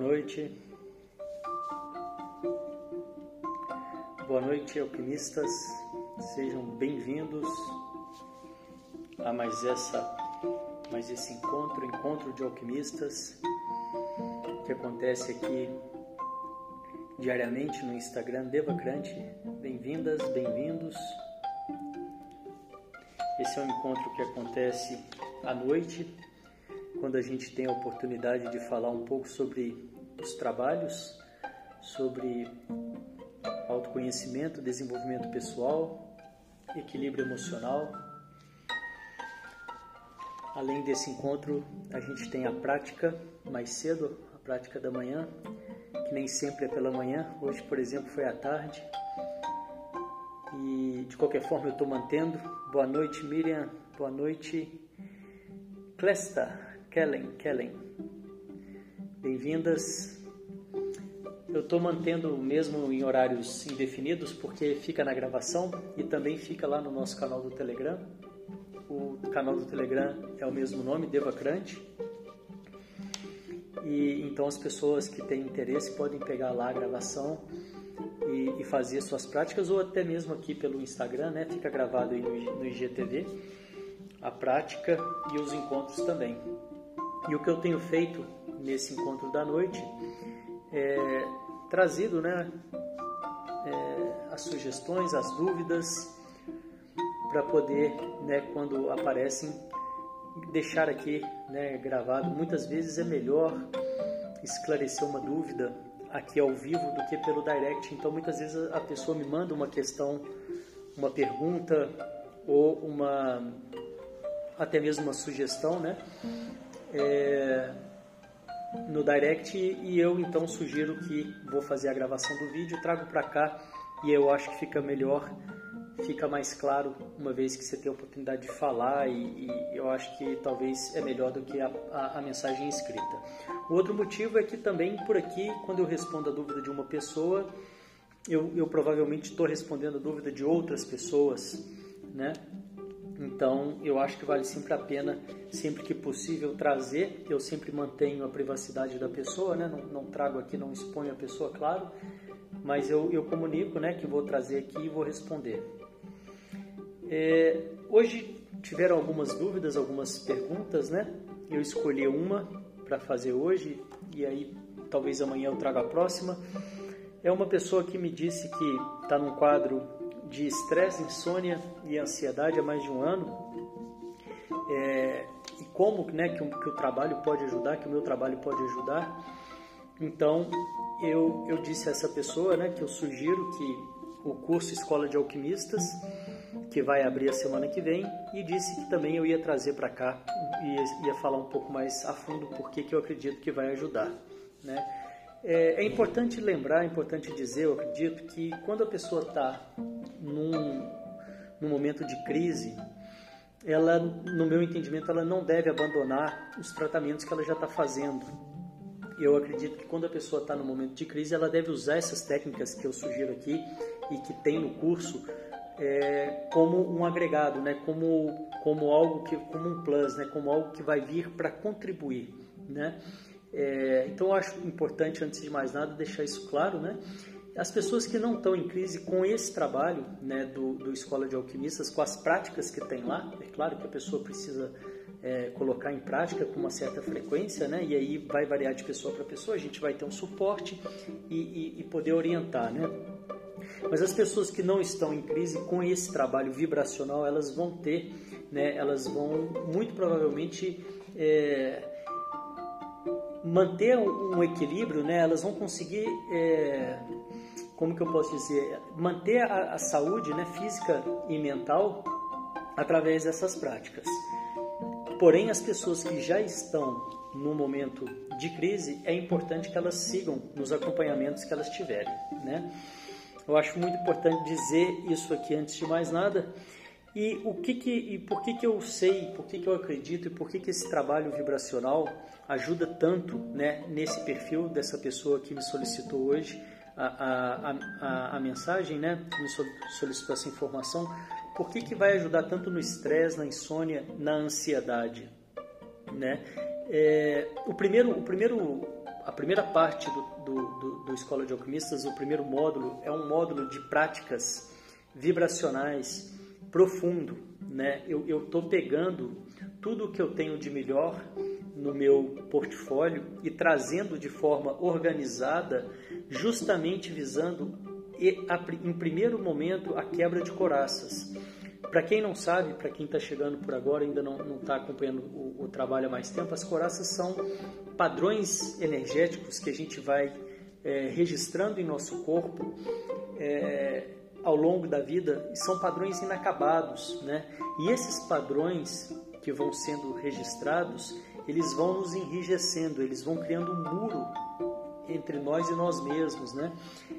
noite. Boa noite, alquimistas. Sejam bem-vindos a mais esse encontro de alquimistas que acontece aqui diariamente no Instagram Devacrante. Bem-vindas, bem-vindos. Esse é um encontro que acontece à noite, quando a gente tem a oportunidade de falar um pouco sobre os trabalhos, sobre autoconhecimento, desenvolvimento pessoal, equilíbrio emocional. Além desse encontro, a gente tem a prática mais cedo, a prática da manhã, que nem sempre é pela manhã. Hoje, por exemplo, foi à tarde. E, de qualquer forma, eu estou mantendo. Boa noite, Miriam. Boa noite, Kellen. Bem-vindas. Eu estou mantendo mesmo em horários indefinidos, porque fica na gravação e também fica lá no nosso canal do Telegram. O canal do Telegram é o mesmo nome, Devacrante. E então as pessoas que têm interesse podem pegar lá a gravação e fazer suas práticas, ou até mesmo aqui pelo Instagram, né? Fica gravado aí no IGTV, a prática e os encontros também. E o que eu tenho feito nesse encontro da noite é trazido, né, as sugestões, as dúvidas, para poder, né, quando aparecem, deixar aqui, né, gravado. Muitas vezes é melhor esclarecer uma dúvida aqui ao vivo do que pelo direct. Então, muitas vezes a pessoa me manda uma questão, uma pergunta ou até mesmo uma sugestão, né, no direct, e eu então sugiro que vou fazer a gravação do vídeo, trago para cá, e eu acho que fica melhor, fica mais claro, uma vez que você tem a oportunidade de falar, e eu acho que talvez é melhor do que a mensagem escrita. O outro motivo é que também por aqui, quando eu respondo a dúvida de uma pessoa, eu provavelmente estou respondendo a dúvida de outras pessoas, né? Então, eu acho que vale sempre a pena, sempre que possível, trazer. Eu sempre mantenho a privacidade da pessoa, né? Não trago aqui, não exponho a pessoa, claro, mas eu comunico, né, que vou trazer aqui e vou responder. Hoje tiveram algumas dúvidas, algumas perguntas, né? Eu escolhi uma para fazer hoje, e aí talvez amanhã eu traga a próxima. É uma pessoa que me disse que está num quadro de estresse, insônia e ansiedade há mais de um ano, e como, né, que o trabalho pode ajudar, que o meu trabalho pode ajudar. Então eu disse a essa pessoa, né, que eu sugiro que o curso Escola de Alquimistas, que vai abrir a semana que vem, e disse que também eu ia trazer para cá e ia falar um pouco mais a fundo porque que eu acredito que vai ajudar, né? É importante lembrar, é importante dizer, eu acredito que quando a pessoa está num momento de crise, ela, no meu entendimento, ela não deve abandonar os tratamentos que ela já está fazendo. Eu acredito que quando a pessoa está num momento de crise, ela deve usar essas técnicas que eu sugiro aqui e que tem no curso, como um agregado, né? como algo como um plus, né? Como algo que vai vir para contribuir, né? Então eu acho importante, antes de mais nada, deixar isso claro, né? As pessoas que não estão em crise com esse trabalho, né, do Escola de Alquimistas, com as práticas que tem lá, é claro que a pessoa precisa colocar em prática com uma certa frequência, né? E aí vai variar de pessoa para pessoa, a gente vai ter um suporte e poder orientar, né? Mas as pessoas que não estão em crise com esse trabalho vibracional, elas vão ter, né, elas vão muito provavelmente manter um equilíbrio, né? Elas vão conseguir, como que eu posso dizer, manter a saúde, né, física e mental através dessas práticas. Porém, as pessoas que já estão no momento de crise, é importante que elas sigam nos acompanhamentos que elas tiverem, né? Eu acho muito importante dizer isso aqui antes de mais nada. E por que eu sei, por que eu acredito e por que esse trabalho vibracional ajuda tanto, né, nesse perfil dessa pessoa que me solicitou hoje a mensagem, né, que me solicitou essa informação. Por que vai ajudar tanto no estresse, na insônia, na ansiedade, né? O primeiro a primeira parte do Escola de Alquimistas, o primeiro módulo, é um módulo de práticas vibracionais profundo, né? Eu estou pegando tudo o que eu tenho de melhor no meu portfólio e trazendo de forma organizada, justamente visando, em primeiro momento, a quebra de coraças. Para quem não sabe, para quem está chegando por agora, ainda não está acompanhando o trabalho há mais tempo, as coraças são padrões energéticos que a gente vai registrando em nosso corpo ao longo da vida, são padrões inacabados, né? E esses padrões que vão sendo registrados, eles vão nos enrijecendo, eles vão criando um muro entre nós e nós mesmos, né?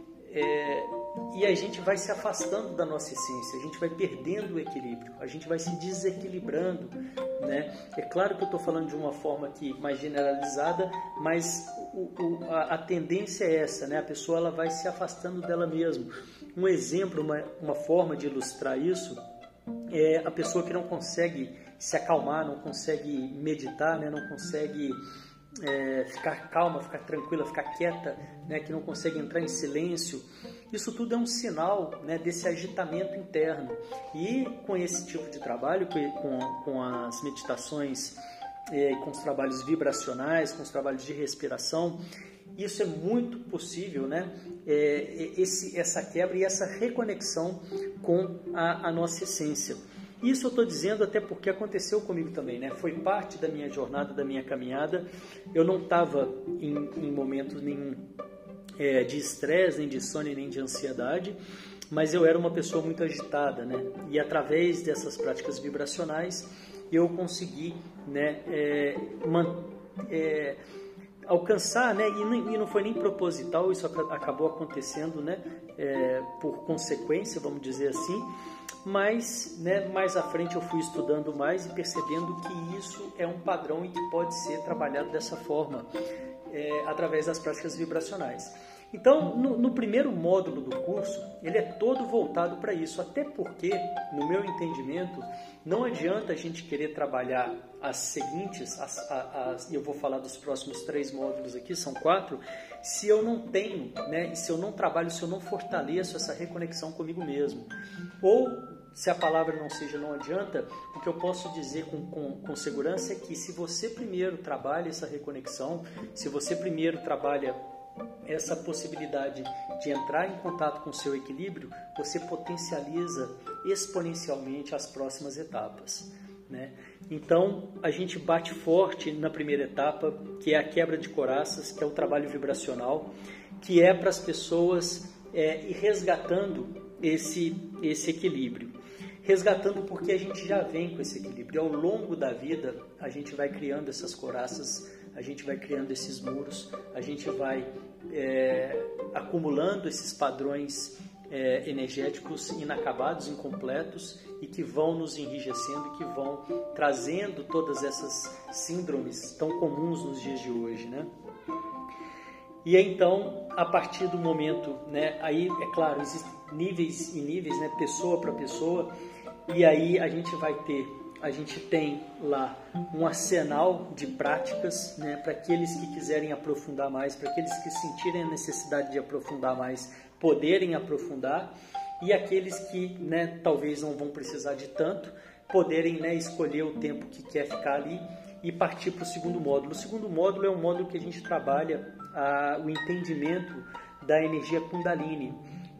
E a gente vai se afastando da nossa essência, a gente vai perdendo o equilíbrio, a gente vai se desequilibrando, né? É claro que eu estou falando de uma forma aqui mais generalizada, mas a tendência é essa, né? A pessoa ela vai se afastando dela mesma. Um exemplo, uma forma de ilustrar isso é a pessoa que não consegue se acalmar, não consegue meditar, né? Não consegue ficar calma, ficar tranquila, ficar quieta, né? Que não consegue entrar em silêncio. Isso tudo é um sinal, né, desse agitamento interno. E com esse tipo de trabalho, com as meditações, com os trabalhos vibracionais, com os trabalhos de respiração, isso é muito possível, né? Essa quebra e essa reconexão com a nossa essência. Isso eu estou dizendo até porque aconteceu comigo também, né? Foi parte da minha jornada, da minha caminhada. Eu não estava em momento nenhum de estresse, nem de insônia, nem de ansiedade, mas eu era uma pessoa muito agitada, né? E através dessas práticas vibracionais eu consegui, né, alcançar, né? E não foi nem proposital, isso acabou acontecendo, né? Por consequência, vamos dizer assim. Mas, né, mais à frente eu fui estudando mais e percebendo que isso é um padrão e que pode ser trabalhado dessa forma, através das práticas vibracionais. Então, no primeiro módulo do curso, ele é todo voltado para isso, até porque, no meu entendimento, não adianta a gente querer trabalhar as seguintes, eu vou falar dos próximos 3 módulos aqui, são 4, se eu não tenho, né, se eu não trabalho, se eu não fortaleço essa reconexão comigo mesmo. Ou, se a palavra não seja não adianta, o que eu posso dizer com segurança é que se você primeiro trabalha essa reconexão, se você primeiro trabalha essa possibilidade de entrar em contato com o seu equilíbrio, você potencializa exponencialmente as próximas etapas, né? Então, a gente bate forte na primeira etapa, que é a quebra de coraças, que é o trabalho vibracional, que é para as pessoas ir resgatando esse equilíbrio. Resgatando porque a gente já vem com esse equilíbrio. Ao longo da vida, a gente vai criando essas coraças, a gente vai criando esses muros, a gente vai acumulando esses padrões energéticos inacabados, incompletos, e que vão nos enrijecendo e que vão trazendo todas essas síndromes tão comuns nos dias de hoje, né? E então, a partir do momento, né, aí é claro, existem níveis e níveis, né, pessoa para pessoa, e aí a gente tem lá um arsenal de práticas, né, para aqueles que quiserem aprofundar mais, para aqueles que sentirem a necessidade de aprofundar mais, poderem aprofundar, e aqueles que, né, talvez não vão precisar de tanto, poderem, né, escolher o tempo que quer ficar ali e partir para o segundo módulo. O segundo módulo é um módulo que a gente trabalha o entendimento da energia Kundalini,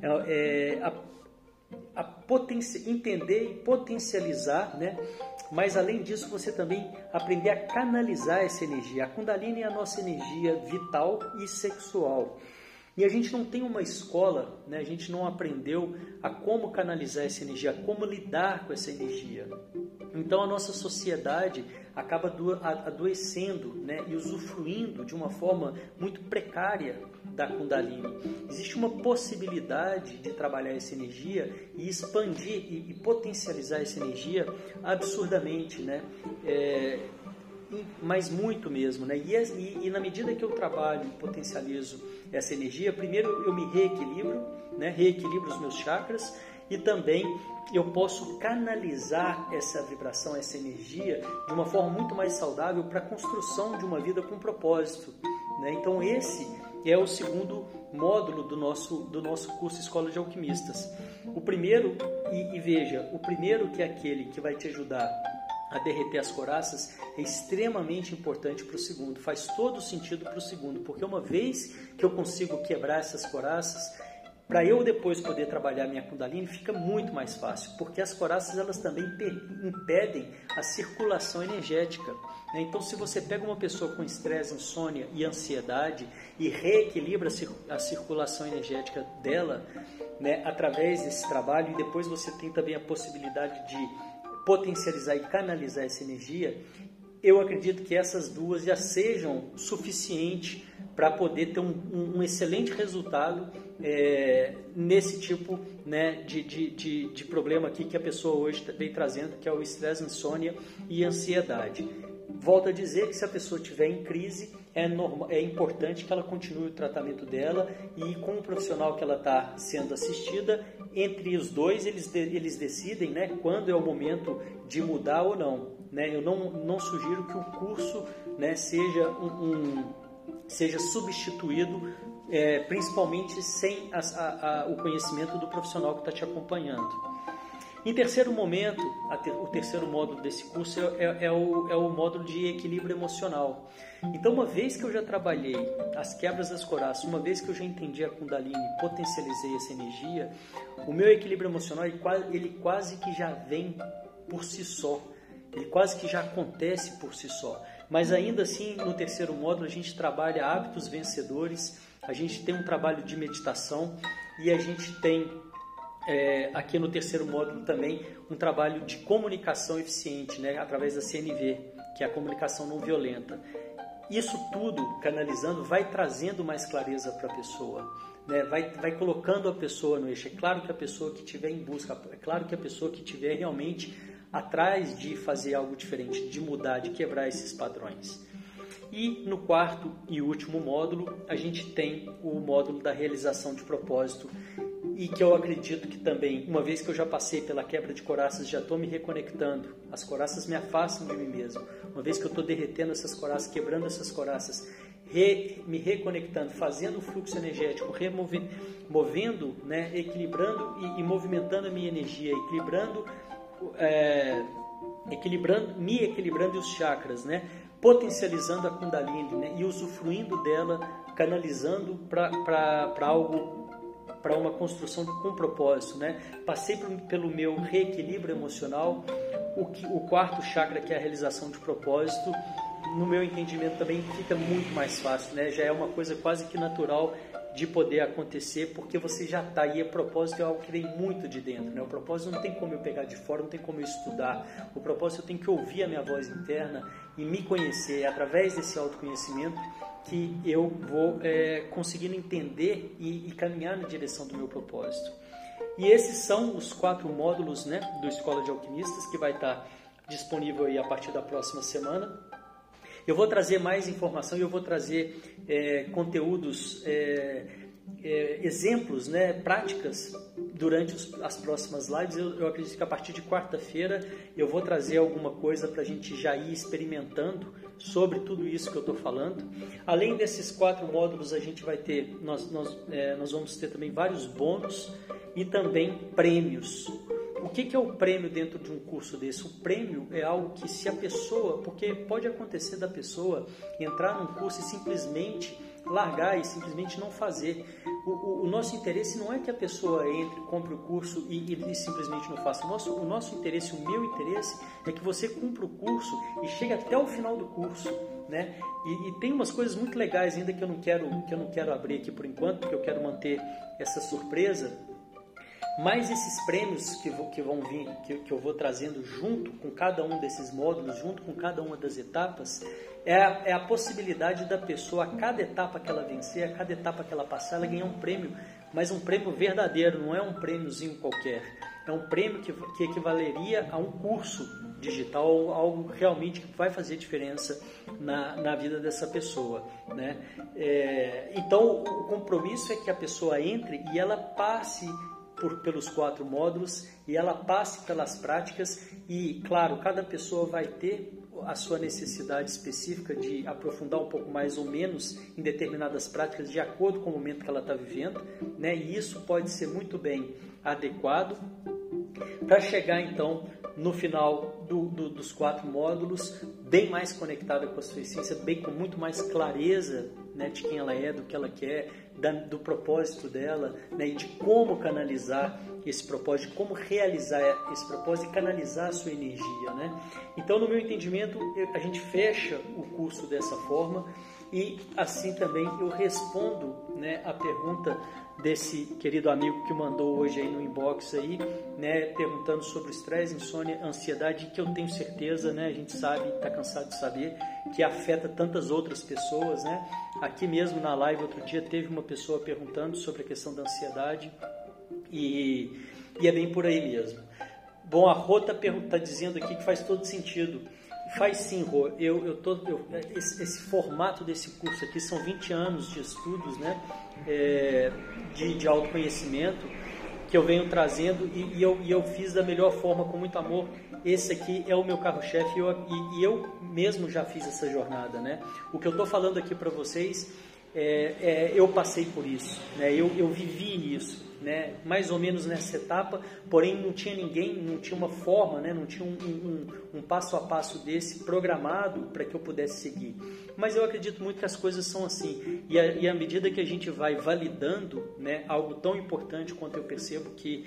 entender e potencializar, né? Mas além disso, você também aprender a canalizar essa energia. A Kundalini é a nossa energia vital e sexual. E a gente não tem uma escola, né? A gente não aprendeu a como canalizar essa energia, a como lidar com essa energia. Então a nossa sociedade acaba adoecendo, né? E usufruindo de uma forma muito precária da Kundalini. Existe uma possibilidade de trabalhar essa energia e expandir e potencializar essa energia absurdamente, né? Mas muito mesmo, né? E na medida que eu trabalho e potencializo essa energia, primeiro eu me reequilibro, né? Reequilibro os meus chakras, e também eu posso canalizar essa vibração, essa energia de uma forma muito mais saudável para a construção de uma vida com propósito, né? Então esse é o segundo módulo do nosso curso Escola de Alquimistas. O primeiro, e veja, o primeiro, que é aquele que vai te ajudar a derreter as coraças, é extremamente importante para o segundo, faz todo sentido para o segundo, porque uma vez que eu consigo quebrar essas coraças, para eu depois poder trabalhar minha Kundalini, fica muito mais fácil, porque as coraças elas também impedem a circulação energética, né? Então, se você pega uma pessoa com estresse, insônia e ansiedade e reequilibra a circulação energética dela, né, através desse trabalho, e depois você tem também a possibilidade de potencializar e canalizar essa energia, eu acredito que essas duas já sejam suficientes para poder ter um excelente resultado nesse tipo, né, de problema aqui que a pessoa hoje vem trazendo, que é o estresse, insônia e ansiedade. Volto a dizer que se a pessoa estiver em crise, é importante que ela continue o tratamento dela, e com o profissional que ela está sendo assistida, entre os dois eles decidem, né, quando é o momento de mudar ou não, né? Eu não sugiro que o curso, né, seja substituído, principalmente sem o conhecimento do profissional que está te acompanhando. Em terceiro momento, o terceiro módulo desse curso é o módulo de equilíbrio emocional. Então, uma vez que eu já trabalhei as quebras das coraças, uma vez que eu já entendi a Kundalini, potencializei essa energia, o meu equilíbrio emocional ele quase que já vem por si só, ele quase que já acontece por si só. Mas ainda assim, no terceiro módulo, a gente trabalha hábitos vencedores, a gente tem um trabalho de meditação e a gente tem aqui no terceiro módulo também um trabalho de comunicação eficiente, né, através da CNV, que é a comunicação não violenta. Isso tudo, canalizando, vai trazendo mais clareza para a pessoa, né, vai colocando a pessoa no eixo. É claro que a pessoa que estiver em busca, é claro que a pessoa que estiver realmente atrás de fazer algo diferente, de mudar, de quebrar esses padrões. E no quarto e último módulo, a gente tem o módulo da realização de propósito, e que eu acredito que também, uma vez que eu já passei pela quebra de coraças, já estou me reconectando, as coraças me afastam de mim mesmo, uma vez que eu estou derretendo essas coraças, quebrando essas coraças, me reconectando, fazendo o fluxo energético, movendo, né, equilibrando e movimentando a minha energia, me equilibrando os chakras, né, potencializando a Kundalini, né, e usufruindo dela, canalizando para algo, para uma construção com propósito, né? Passei pelo meu reequilíbrio emocional, o quarto chakra, que é a realização de propósito, no meu entendimento também fica muito mais fácil, né? Já é uma coisa quase que natural de poder acontecer, porque você já está aí. A propósito é algo que vem muito de dentro, né? O propósito não tem como eu pegar de fora, não tem como eu estudar. O propósito eu tenho que ouvir a minha voz interna e me conhecer. É através desse autoconhecimento que eu vou conseguindo entender e caminhar na direção do meu propósito. E esses são os 4 módulos, né, do Escola de Alquimistas, que vai estar disponível aí a partir da próxima semana. Eu vou trazer mais informação e eu vou trazer conteúdos, exemplos, né, práticas durante as próximas lives. Eu acredito que a partir de quarta-feira eu vou trazer alguma coisa para a gente já ir experimentando sobre tudo isso que eu estou falando. Além desses 4 módulos, a gente vai ter, nós vamos ter também vários bônus e também prêmios. O que é o prêmio dentro de um curso desse? O prêmio é algo que, se a pessoa, porque pode acontecer da pessoa entrar num curso e simplesmente largar e simplesmente não fazer. O nosso interesse não é que a pessoa entre, compre o curso e simplesmente não faça. O nosso interesse, o meu interesse, é que você cumpra o curso e chegue até o final do curso, né? E tem umas coisas muito legais ainda que eu não quero abrir aqui por enquanto, porque eu quero manter essa surpresa. Mas esses prêmios que vão vir, que eu vou trazendo junto com cada um desses módulos, junto com cada uma das etapas, é a possibilidade da pessoa, a cada etapa que ela vencer, a cada etapa que ela passar, ela ganhar um prêmio, mas um prêmio verdadeiro, não é um prêmiozinho qualquer. É um prêmio que equivaleria a um curso digital, algo realmente que vai fazer diferença na vida dessa pessoa, né? Então, o compromisso é que a pessoa entre e ela passe pelos 4 módulos e ela passe pelas práticas e, claro, cada pessoa vai ter a sua necessidade específica de aprofundar um pouco mais ou menos em determinadas práticas de acordo com o momento que ela está vivendo, né? E isso pode ser muito bem adequado para chegar então no final dos 4 módulos bem mais conectada com a sua essência, bem com muito mais clareza, né, de quem ela é, do que ela quer, do propósito dela, né, e de como canalizar esse propósito, de como realizar esse propósito e canalizar a sua energia, né? Então, no meu entendimento, a gente fecha o curso dessa forma e assim também eu respondo, né, a pergunta desse querido amigo que mandou hoje aí no inbox aí, né, perguntando sobre o estresse, insônia, ansiedade, que eu tenho certeza, né, a gente sabe, está cansado de saber, que afeta tantas outras pessoas, né? Aqui mesmo na live outro dia teve uma pessoa perguntando sobre a questão da ansiedade e é bem por aí mesmo. Bom, a Rô tá dizendo aqui que faz todo sentido. Faz sim, Rô. Esse formato desse curso aqui são 20 anos de estudos, né, de autoconhecimento que eu venho trazendo e eu fiz da melhor forma, com muito amor. Esse aqui é o meu carro-chefe e eu mesmo já fiz essa jornada, né? O que eu estou falando aqui para vocês, eu passei por isso, né? Eu vivi isso, né? Mais ou menos nessa etapa, porém não tinha ninguém, não tinha uma forma, né? Não tinha um passo a passo desse programado para que eu pudesse seguir. Mas eu acredito muito que as coisas são assim, e à medida que a gente vai validando, né, algo tão importante quanto eu percebo que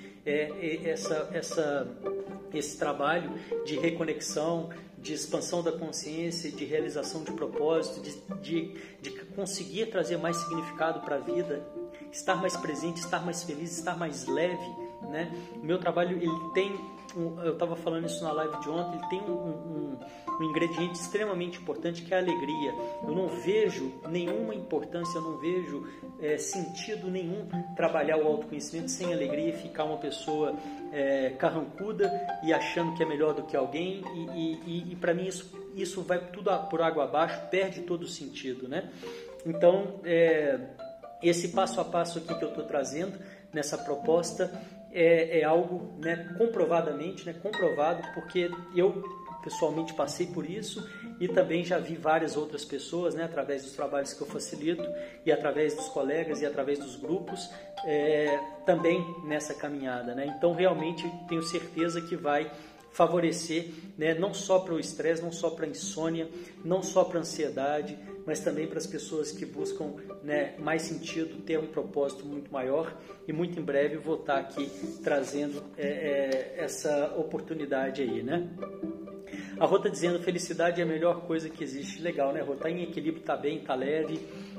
esse trabalho de reconexão, de expansão da consciência, de realização de propósito, de conseguir trazer mais significado para a vida, estar mais presente, estar mais feliz, estar mais leve, né? O meu trabalho, ele tem, eu estava falando isso na live de ontem, ele tem um ingrediente extremamente importante, que é a alegria. Eu não vejo nenhuma importância, eu não vejo sentido nenhum trabalhar o autoconhecimento sem alegria e ficar uma pessoa carrancuda e achando que é melhor do que alguém, e para mim isso vai tudo por água abaixo, perde todo o sentido, né? Então, esse passo a passo aqui que eu estou trazendo nessa proposta é algo, né, comprovadamente, né, comprovado, porque eu pessoalmente passei por isso e também já vi várias outras pessoas, né, através dos trabalhos que eu facilito e através dos colegas e através dos grupos, também nessa caminhada, né? Então realmente tenho certeza que vai favorecer, né, não só para o estresse, não só para a insônia, não só para a ansiedade, mas também para as pessoas que buscam, né, mais sentido, ter um propósito muito maior. E muito em breve vou estar aqui trazendo essa oportunidade aí, né? A Rô está dizendo: felicidade é a melhor coisa que existe. Legal, né, Rô? Está em equilíbrio, está bem, está leve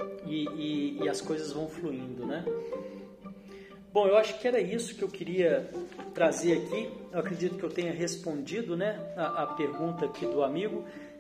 e as coisas vão fluindo, né? Bom, eu acho que era isso que eu queria trazer aqui. Eu acredito que eu tenha respondido, né, a pergunta aqui do amigo.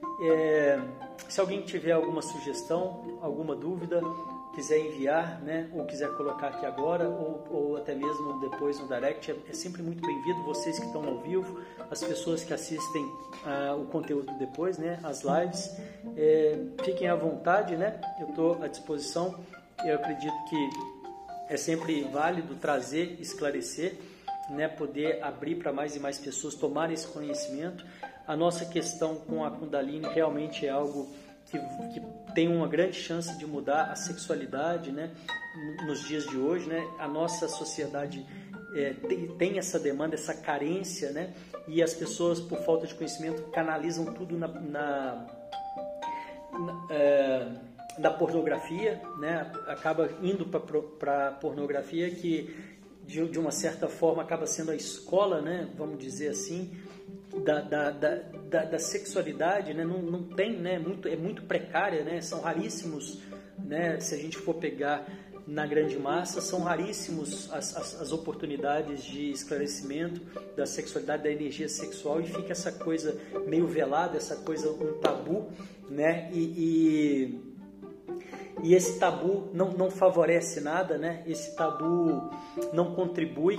Se alguém tiver alguma sugestão, alguma dúvida, quiser enviar, né, ou quiser colocar aqui agora, ou até mesmo depois no direct, é sempre muito bem-vindo. Vocês que estão ao vivo, as pessoas que assistem o conteúdo depois, né, as lives, fiquem à vontade, né? Eu estou à disposição. Eu acredito que é sempre válido trazer, esclarecer, né, poder abrir para mais e mais pessoas tomarem esse conhecimento. A nossa questão com a Kundalini realmente é algo que tem uma grande chance de mudar a sexualidade, né, nos dias de hoje, né? A nossa sociedade tem essa demanda, essa carência, né? E as pessoas, por falta de conhecimento, canalizam tudo da pornografia, né? Acaba indo para a pornografia, que de uma certa forma acaba sendo a escola, né? Vamos dizer assim, da sexualidade, né? Não tem, né? É muito precária, né? São raríssimos, né? Se a gente for pegar na grande massa, são raríssimos as oportunidades de esclarecimento da sexualidade, da energia sexual, e fica essa coisa meio velada, essa coisa, um tabu, né? E esse tabu não favorece nada, né? Esse tabu não contribui,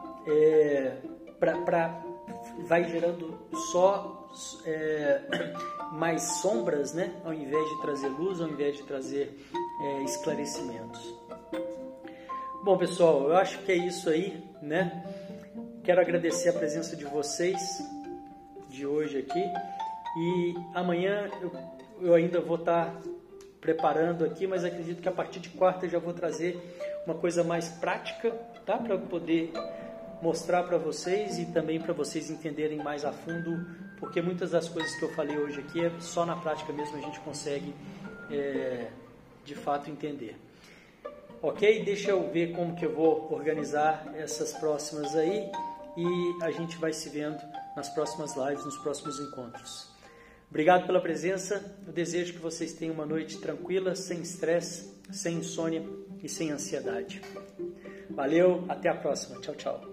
vai gerando só mais sombras, né? Ao invés de trazer luz, ao invés de trazer esclarecimentos. Bom, pessoal, eu acho que é isso aí, né? Quero agradecer a presença de vocês de hoje aqui. E amanhã eu ainda vou estar preparando aqui, mas acredito que a partir de quarta eu já vou trazer uma coisa mais prática, tá? Para poder mostrar para vocês e também para vocês entenderem mais a fundo, porque muitas das coisas que eu falei hoje aqui é só na prática mesmo a gente consegue de fato entender. Ok? Deixa eu ver como que eu vou organizar essas próximas aí e a gente vai se vendo nas próximas lives, nos próximos encontros. Obrigado pela presença, eu desejo que vocês tenham uma noite tranquila, sem estresse, sem insônia e sem ansiedade. Valeu, até a próxima. Tchau, tchau.